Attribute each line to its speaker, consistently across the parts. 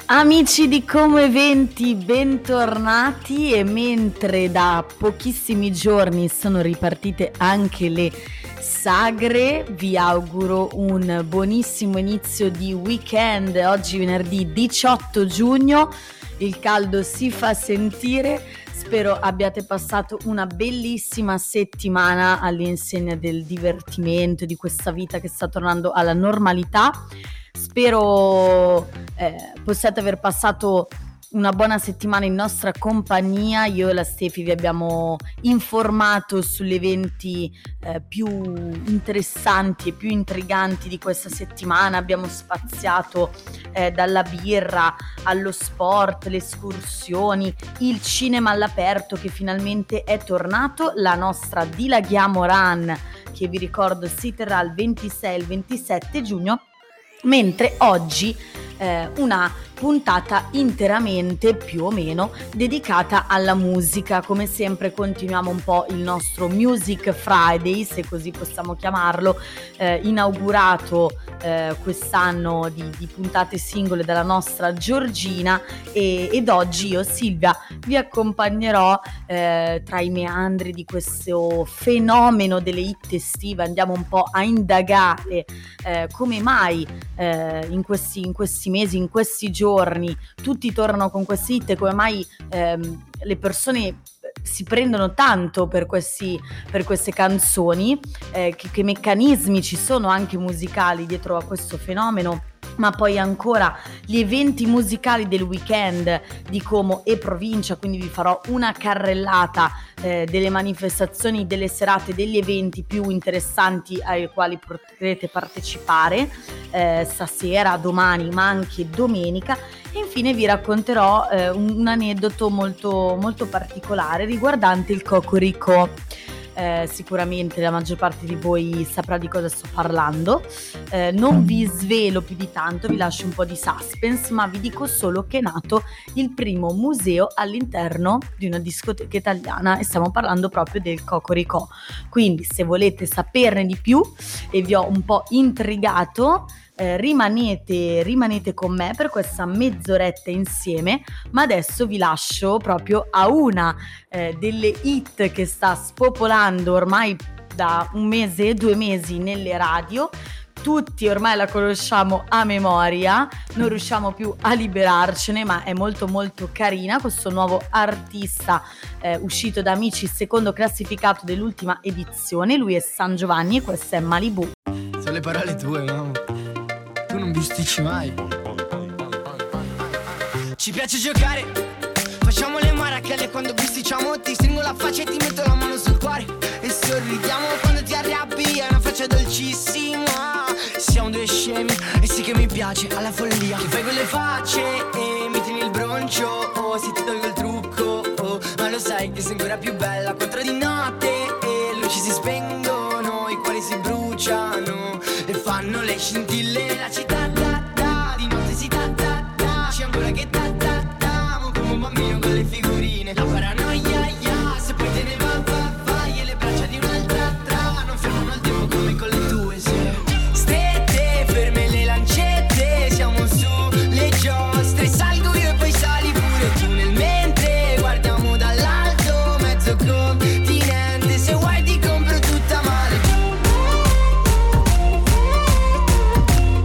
Speaker 1: Amici di Como Eventi, bentornati. E mentre da pochissimi giorni sono ripartite anche le sagre, vi auguro un buonissimo inizio di weekend. Oggi venerdì 18 giugno, il caldo si fa sentire. Spero abbiate passato una bellissima settimana all'insegna del divertimento, di questa vita che sta tornando alla normalità. Spero possiate aver passato una buona settimana in nostra compagnia. Io e la Stefi vi abbiamo informato sugli eventi più interessanti e più intriganti di questa settimana. Abbiamo spaziato dalla birra allo sport, le escursioni, il cinema all'aperto che finalmente è tornato, la nostra Dilaghiamo Run che vi ricordo si terrà il 26 e il 27 giugno, mentre oggi una puntata interamente più o meno dedicata alla musica. Come sempre continuiamo un po' il nostro Music Friday, se così possiamo chiamarlo, inaugurato quest'anno di puntate singole dalla nostra Giorgina, ed oggi io, Silvia, vi accompagnerò tra i meandri di questo fenomeno delle hit estive. Andiamo un po' a indagare come mai in questi mesi, in questi giorni tutti tornano con questi hit e come mai le persone si prendono tanto per queste canzoni, che meccanismi ci sono anche musicali dietro a questo fenomeno, ma poi ancora gli eventi musicali del weekend di Como e provincia. Quindi vi farò una carrellata delle manifestazioni, delle serate, degli eventi più interessanti ai quali potrete partecipare stasera, domani, ma anche domenica. E infine vi racconterò un aneddoto molto, molto particolare riguardante il Cocorico. Sicuramente la maggior parte di voi saprà di cosa sto parlando. Non vi svelo più di tanto, vi lascio un po' di suspense, ma vi dico solo che è nato il primo museo all'interno di una discoteca italiana e stiamo parlando proprio del Cocorico. Quindi se volete saperne di più e vi ho un po' intrigato, rimanete con me per questa mezz'oretta insieme, ma adesso vi lascio proprio a una delle hit che sta spopolando ormai da un mese, 2 mesi nelle radio. Tutti ormai la conosciamo a memoria, non riusciamo più a liberarcene, ma è molto molto carina. Questo nuovo artista uscito da Amici, secondo classificato dell'ultima edizione. Lui è San Giovanni e questa è Malibu.
Speaker 2: Sono le parole tue, mamma. Tu non bisticci mai. Ci piace giocare, facciamo le marachelle quando bisticciamo. Ti stringo la faccia e ti metto la mano sul cuore e sorridiamo quando ti arrabbi. Hai una faccia dolcissima. Siamo due scemi e sì che mi piace alla follia. Che fai quelle facce e mi tieni il broncio. Oh, se ti tolgo il trucco, oh, ma lo sai che sei ancora più bella. 4 di notte e luci si spengono, i cuori si bruciano e fanno le scintille nella città, di notte si c'è ancora che mo come un bambino con le figurine. La paranoia, se poi te ne va, e le braccia di un'altra, non fermano il tempo come con le tue, strette, ferme le lancette, siamo su le giostre, salgo io e poi sali pure tu nel mentre guardiamo dall'alto, mezzo continente, se vuoi ti compro tutta male.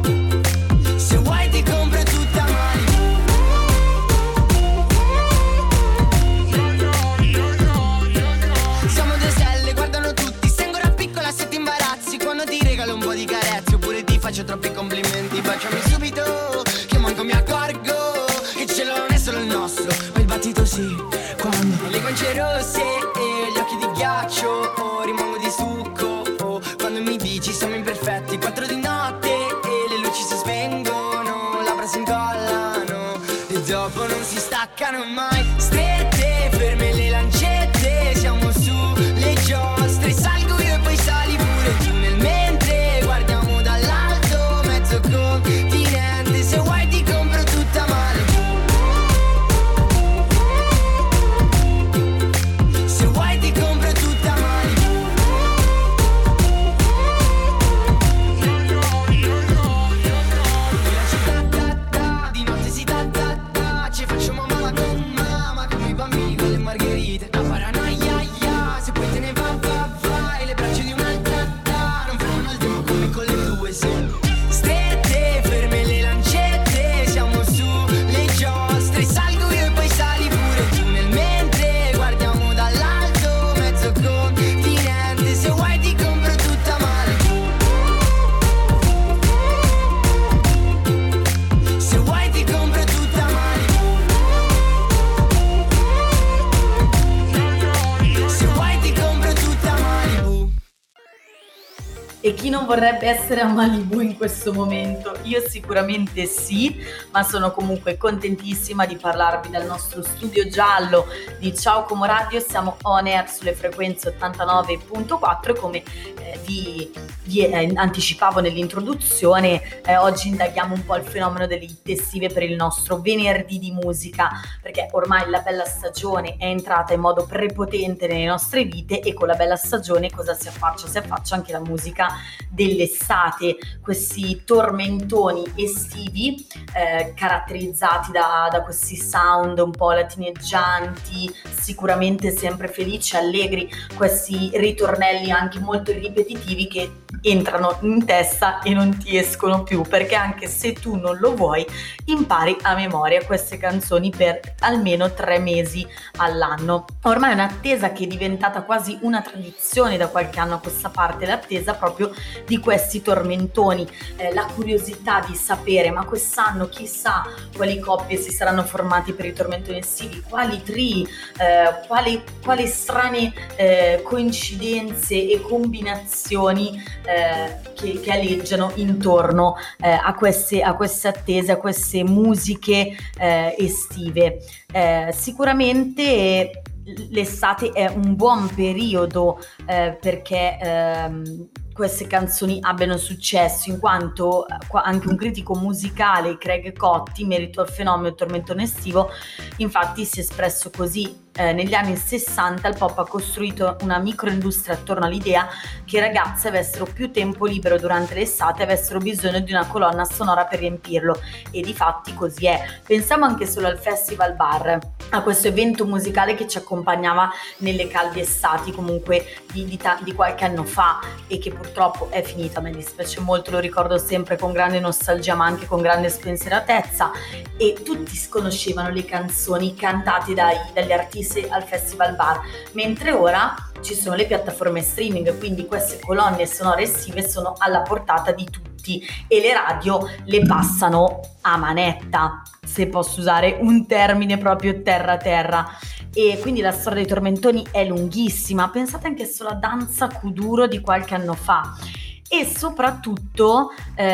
Speaker 1: E chi non vorrebbe essere a Malibu in questo momento? Io sicuramente sì, ma sono comunque contentissima di parlarvi dal nostro studio giallo di Ciao Como Radio. Siamo on air sulle frequenze 89.4 e come vi anticipavo nell'introduzione, oggi indaghiamo un po' il fenomeno delle hit estive per il nostro venerdì di musica, perché ormai la bella stagione è entrata in modo prepotente nelle nostre vite e con la bella stagione cosa si affaccia? Si affaccia anche la musica dell'estate, questi tormentoni estivi caratterizzati da questi sound un po' latineggianti, sicuramente sempre felici, allegri, questi ritornelli anche molto ripetitivi che entrano in testa e non ti escono più, perché anche se tu non lo vuoi impari a memoria queste canzoni per almeno 3 mesi all'anno. Ormai è un'attesa che è diventata quasi una tradizione da qualche anno a questa parte, l'attesa proprio di questi tormentoni, la curiosità di sapere ma quest'anno chissà quali coppie si saranno formati per i tormentoni estivi, quali trii, quali strane coincidenze e combinazioni che aleggiano intorno a queste attese, a queste musiche estive. Sicuramente l'estate è un buon periodo perché queste canzoni abbiano successo, in quanto anche un critico musicale, Craig Cotti, in merito al fenomeno tormentone estivo, infatti si è espresso così: negli anni 60 il pop ha costruito una microindustria attorno all'idea che i ragazzi avessero più tempo libero durante l'estate e avessero bisogno di una colonna sonora per riempirlo, e difatti così è. Pensiamo anche solo al Festival Bar, a questo evento musicale che ci accompagnava nelle calde estati comunque di qualche anno fa e che purtroppo è finita. Mi dispiace molto, lo ricordo sempre con grande nostalgia ma anche con grande spensieratezza, e tutti sconoscevano le canzoni cantate dagli artisti al Festival Bar, mentre ora ci sono le piattaforme streaming, quindi queste colonne sonore estive sono alla portata di tutti e le radio le passano a manetta, se posso usare un termine proprio terra. E quindi la storia dei tormentoni è lunghissima. Pensate anche solo a Danza Kuduro di qualche anno fa, e soprattutto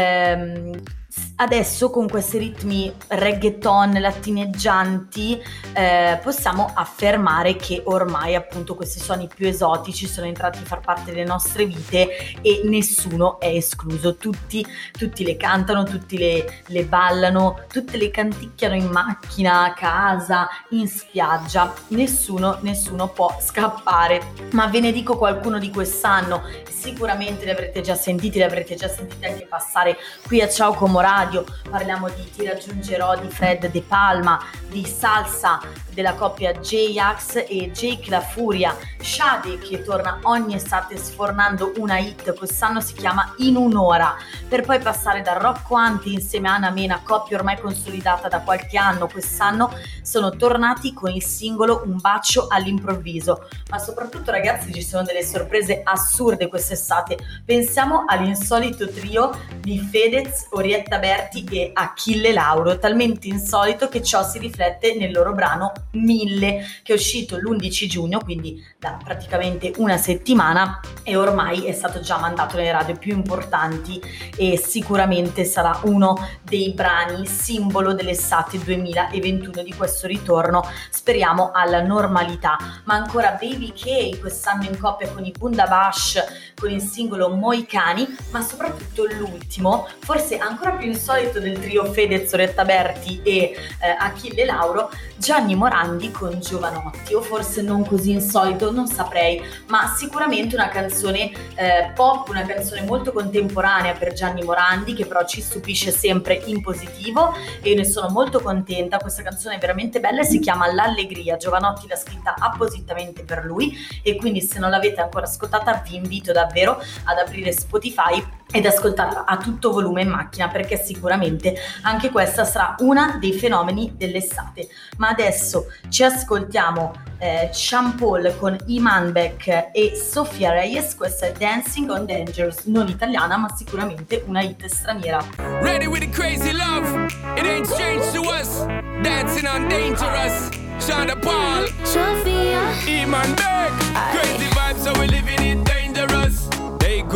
Speaker 1: adesso con questi ritmi reggaeton latineggianti possiamo affermare che ormai appunto questi suoni più esotici sono entrati a far parte delle nostre vite e nessuno è escluso. Tutti le cantano, tutti le ballano, tutte le canticchiano in macchina, a casa, in spiaggia, nessuno può scappare. Ma ve ne dico qualcuno di quest'anno, sicuramente li avrete già sentiti anche passare qui a Ciao Como Radio. Parliamo di Ti raggiungerò di Fred De Palma, di Salsa della coppia J-Ax e Jake La Furia, Sade che torna ogni estate sfornando una hit, quest'anno si chiama In un'ora, per poi passare da Rocco Anti insieme a Ana Mena, coppia ormai consolidata da qualche anno. Quest'anno sono tornati con il singolo Un bacio all'improvviso. Ma soprattutto, ragazzi, ci sono delle sorprese assurde quest'estate. Pensiamo all'insolito trio di Fedez, Orietta Berti e Achille Lauro, talmente insolito che ciò si riflette nel loro brano 1000, che è uscito l'11 giugno, quindi da praticamente una settimana, e ormai è stato già mandato nelle radio più importanti e sicuramente sarà uno dei brani simbolo dell'estate 2021, di questo ritorno, speriamo, alla normalità. Ma ancora Baby K quest'anno in coppia con i Bundabash con il singolo Moicani, ma soprattutto l'ultimo, forse ancora più insolito del trio Fedez, Orietta Berti e Achille Lauro, Gianni Morandi con Giovanotti, o forse non così insolito, non saprei, ma sicuramente una canzone pop, una canzone molto contemporanea per Gianni Morandi, che però ci stupisce sempre in positivo, e io ne sono molto contenta. Questa canzone è veramente bella e si chiama L'Allegria. Giovanotti l'ha scritta appositamente per lui, e quindi se non l'avete ancora ascoltata vi invito davvero ad aprire Spotify ed ascoltarla a tutto volume in macchina, perché sicuramente anche questa sarà una dei fenomeni dell'estate. Ma adesso ci ascoltiamo Sean Paul con Iman Beck e Sofia Reyes. Questa è Dancing on Dangerous, non italiana ma sicuramente una hit straniera.
Speaker 3: Ready with the crazy love, it ain't strange to us, dancing on dangerous. Sean Paul, Sofia, Iman Beck, crazy vibes, so we living it dangerous. They could never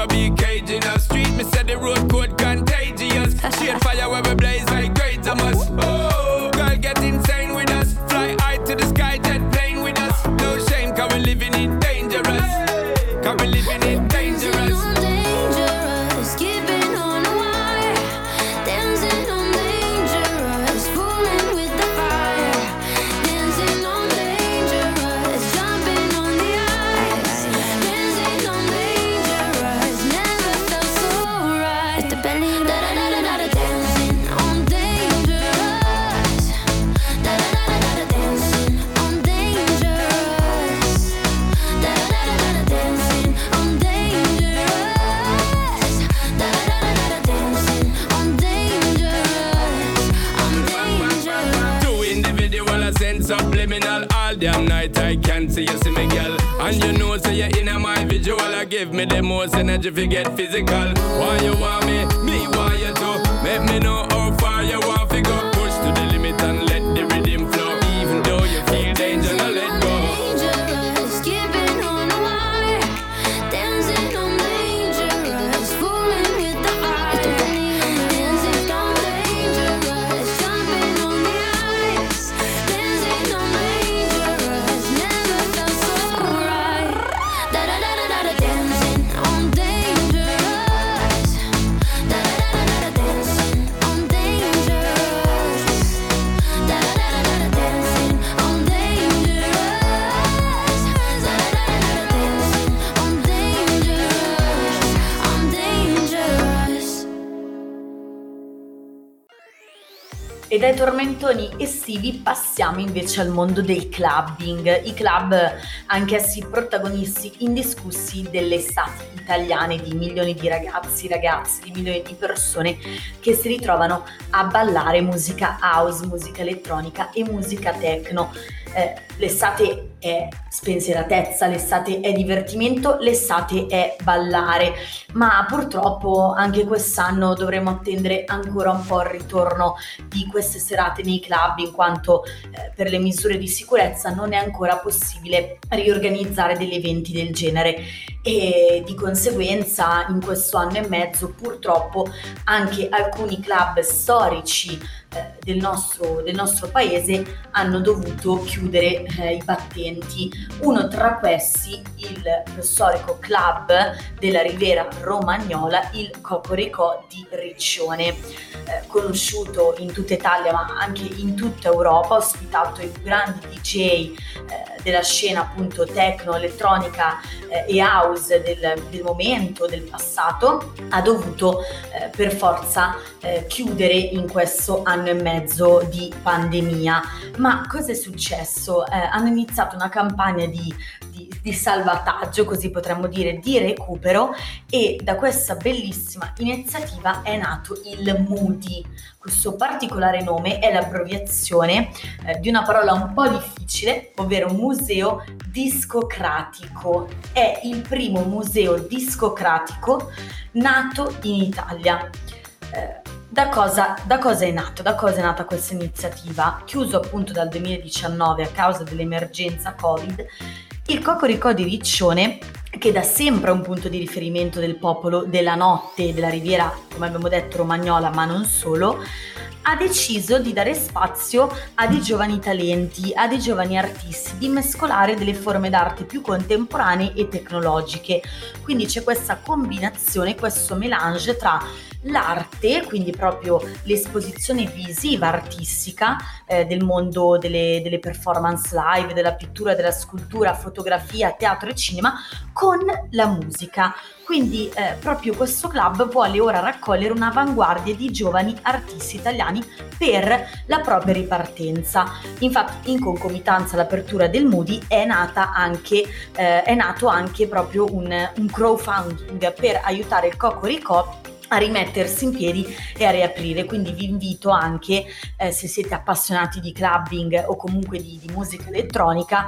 Speaker 3: never be caging us. Street, me said the road code contagious. Shade fire where we blaze like great us. Oh, girl get insane with us. Fly high to the sky, jet plane with us. No shame, cause we living it dangerous. Cause we living it dangerous. Subliminal all damn night I can't see you see me girl. And you know say you're in my visual. I give me the most energy if you get physical. Why you want me want you to. Make me know how far you want to go. Push to the limit and let the rhythm flow. Even though you feel danger, now let go.
Speaker 1: E dai tormentoni estivi passiamo invece al mondo del clubbing. I club, anch'essi protagonisti indiscussi delle estati italiane di milioni di ragazzi, ragazze, di milioni di persone che si ritrovano a ballare musica house, musica elettronica e musica techno. L'estate è spensieratezza, l'estate è divertimento, l'estate è ballare, ma purtroppo anche quest'anno dovremo attendere ancora un po' il ritorno di queste serate nei club, in quanto per le misure di sicurezza non è ancora possibile riorganizzare degli eventi del genere e di conseguenza in questo anno e mezzo purtroppo anche alcuni club storici del nostro paese hanno dovuto chiudere i battenti. Uno tra questi lo storico club della Riviera Romagnola, il Cocorico di Riccione, conosciuto in tutta Italia ma anche in tutta Europa, ospitato i più grandi DJ della scena appunto techno, elettronica e house del momento, del passato, ha dovuto per forza chiudere in questo anno e mezzo di pandemia. Ma cosa è successo? Hanno iniziato una campagna di salvataggio, così potremmo dire, di recupero, e da questa bellissima iniziativa è nato il Moody. Questo particolare nome è l'abbreviazione di una parola un po' difficile, ovvero museo discocratico. È il primo museo discocratico nato in Italia. Da cosa è nato? Da cosa è nata questa iniziativa? Chiuso appunto dal 2019 a causa dell'emergenza Covid, il Cocorico di Riccione, che da sempre è un punto di riferimento del popolo della notte della Riviera, come abbiamo detto, romagnola, ma non solo, ha deciso di dare spazio a dei giovani talenti, a dei giovani artisti, di mescolare delle forme d'arte più contemporanee e tecnologiche. Quindi c'è questa combinazione, questo mélange tra l'arte, quindi proprio l'esposizione visiva artistica del mondo delle performance live, della pittura, della scultura, fotografia, teatro e cinema, con la musica. Quindi proprio questo club vuole ora raccogliere un'avanguardia di giovani artisti italiani per la propria ripartenza. Infatti, in concomitanza all'apertura del Moody è nato anche proprio un crowdfunding per aiutare il Cocorico a rimettersi in piedi e a riaprire. Quindi vi invito anche, se siete appassionati di clubbing o comunque di musica elettronica,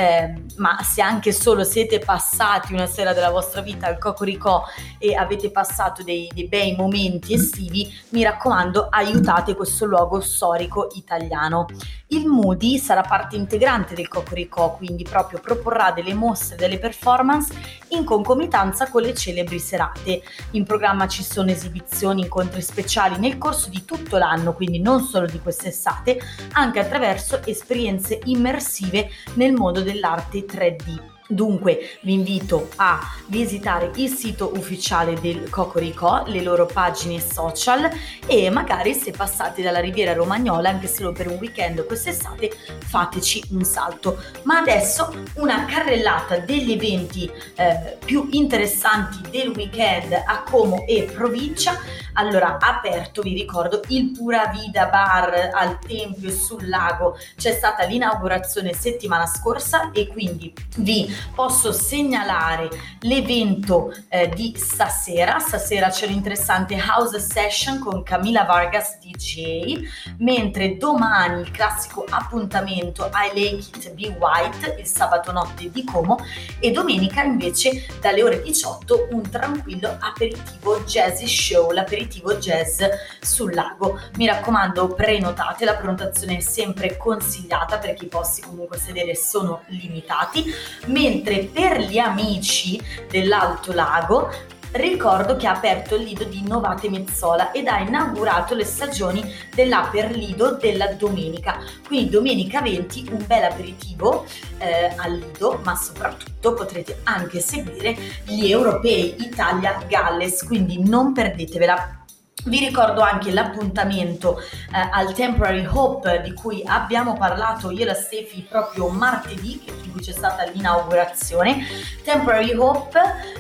Speaker 1: ma se anche solo siete passati una sera della vostra vita al Cocorico e avete passato dei bei momenti estivi, mi raccomando, aiutate questo luogo storico italiano. Il Moody sarà parte integrante del Cocorico, quindi proprio proporrà delle mostre, delle performance in concomitanza con le celebri serate. In programma ci sono esibizioni, incontri speciali nel corso di tutto l'anno, quindi non solo di quest'estate, anche attraverso esperienze immersive nel mondo dell'arte 3D. Dunque vi invito a visitare il sito ufficiale del Cocorico, le loro pagine social, e magari se passate dalla Riviera Romagnola, anche solo per un weekend quest'estate, fateci un salto. Ma adesso una carrellata degli eventi più interessanti del weekend a Como e provincia. Allora, aperto, vi ricordo, il Pura Vida Bar al Tempio sul Lago. C'è stata l'inaugurazione settimana scorsa e quindi vi posso segnalare l'evento di stasera. Stasera c'è l'interessante House Session con Camila Vargas DJ, mentre domani il classico appuntamento I Like It Be White, il sabato notte di Como, e domenica invece dalle ore 18 un tranquillo aperitivo jazzy show, l'aperitivo jazz sul lago. Mi raccomando, prenotate, la prenotazione è sempre consigliata perché i posti comunque sedere sono limitati, mentre per gli amici dell'Alto Lago ricordo che ha aperto il Lido di Novate Mezzola ed ha inaugurato le stagioni dell'Aper Lido della domenica. Quindi domenica 20 un bel aperitivo al Lido, ma soprattutto potrete anche seguire gli europei Italia-Galles, quindi non perdetevela. Vi ricordo anche l'appuntamento al Temporary Hope di cui abbiamo parlato io e la Stefi proprio martedì, in cui c'è stata l'inaugurazione. Temporary Hope,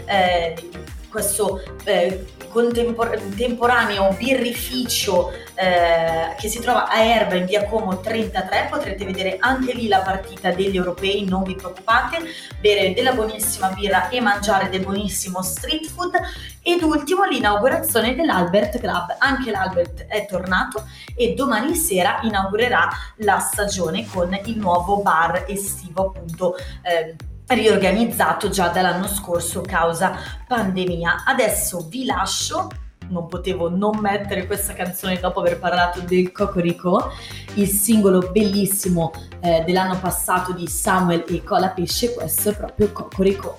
Speaker 1: questo contemporaneo birrificio che si trova a Erba in via Como 33. Potrete vedere anche lì la partita degli europei, non vi preoccupate, bere della buonissima birra e mangiare del buonissimo street food. Ed ultimo l'inaugurazione dell'Albert Club, anche l'Albert è tornato e domani sera inaugurerà la stagione con il nuovo bar estivo, appunto riorganizzato già dall'anno scorso causa pandemia. Adesso vi lascio, non potevo non mettere questa canzone dopo aver parlato del Cocorico, il singolo bellissimo dell'anno passato di Samuel e Colapesce. Questo è proprio Cocorico.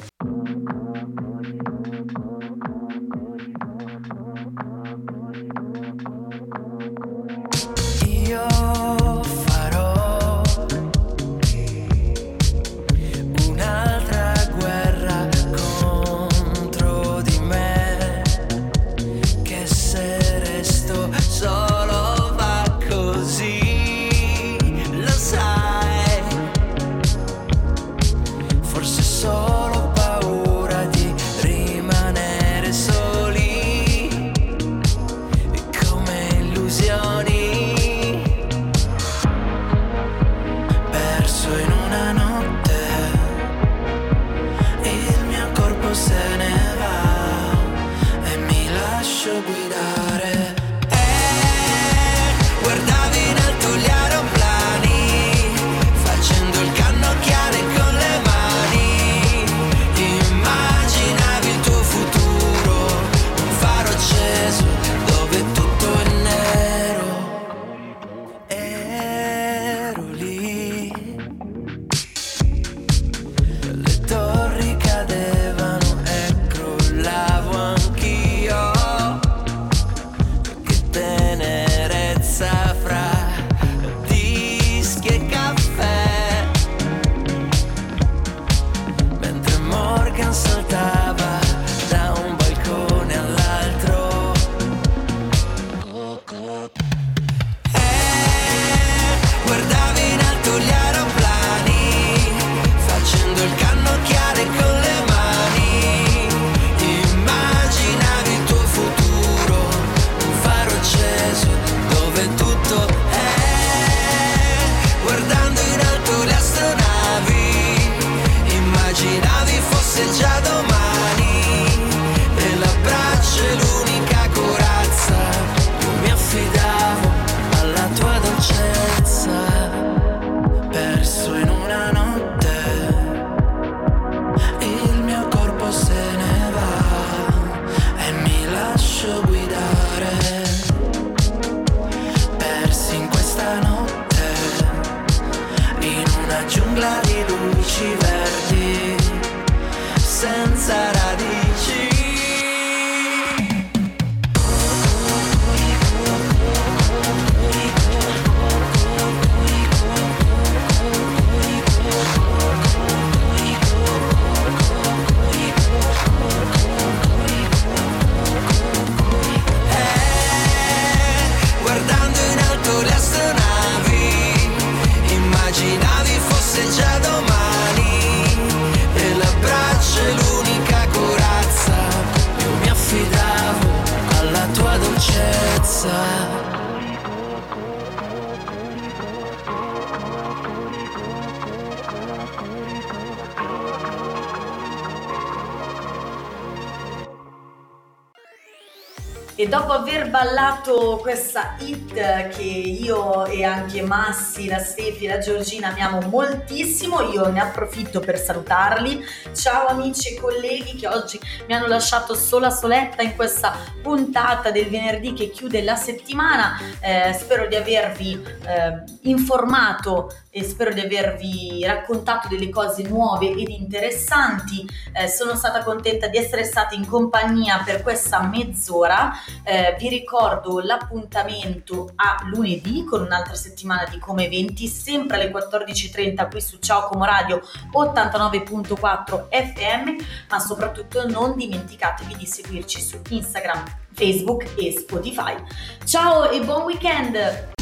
Speaker 1: E dopo aver ballato questa hit che io e anche Massi, la Stefi e la Giorgina amiamo moltissimo, io ne approfitto per salutarli. Ciao amici e colleghi che oggi mi hanno lasciato soletta in questa puntata del venerdì che chiude la settimana. Spero di avervi informato e spero di avervi raccontato delle cose nuove ed interessanti. Sono stata contenta di essere stata in compagnia per questa mezz'ora. Vi ricordo l'appuntamento a lunedì con un'altra settimana di Come Eventi, sempre alle 14:30 qui su Ciao Como Radio 89.4 FM, ma soprattutto non dimenticatevi di seguirci su Instagram, Facebook e Spotify. Ciao e buon weekend!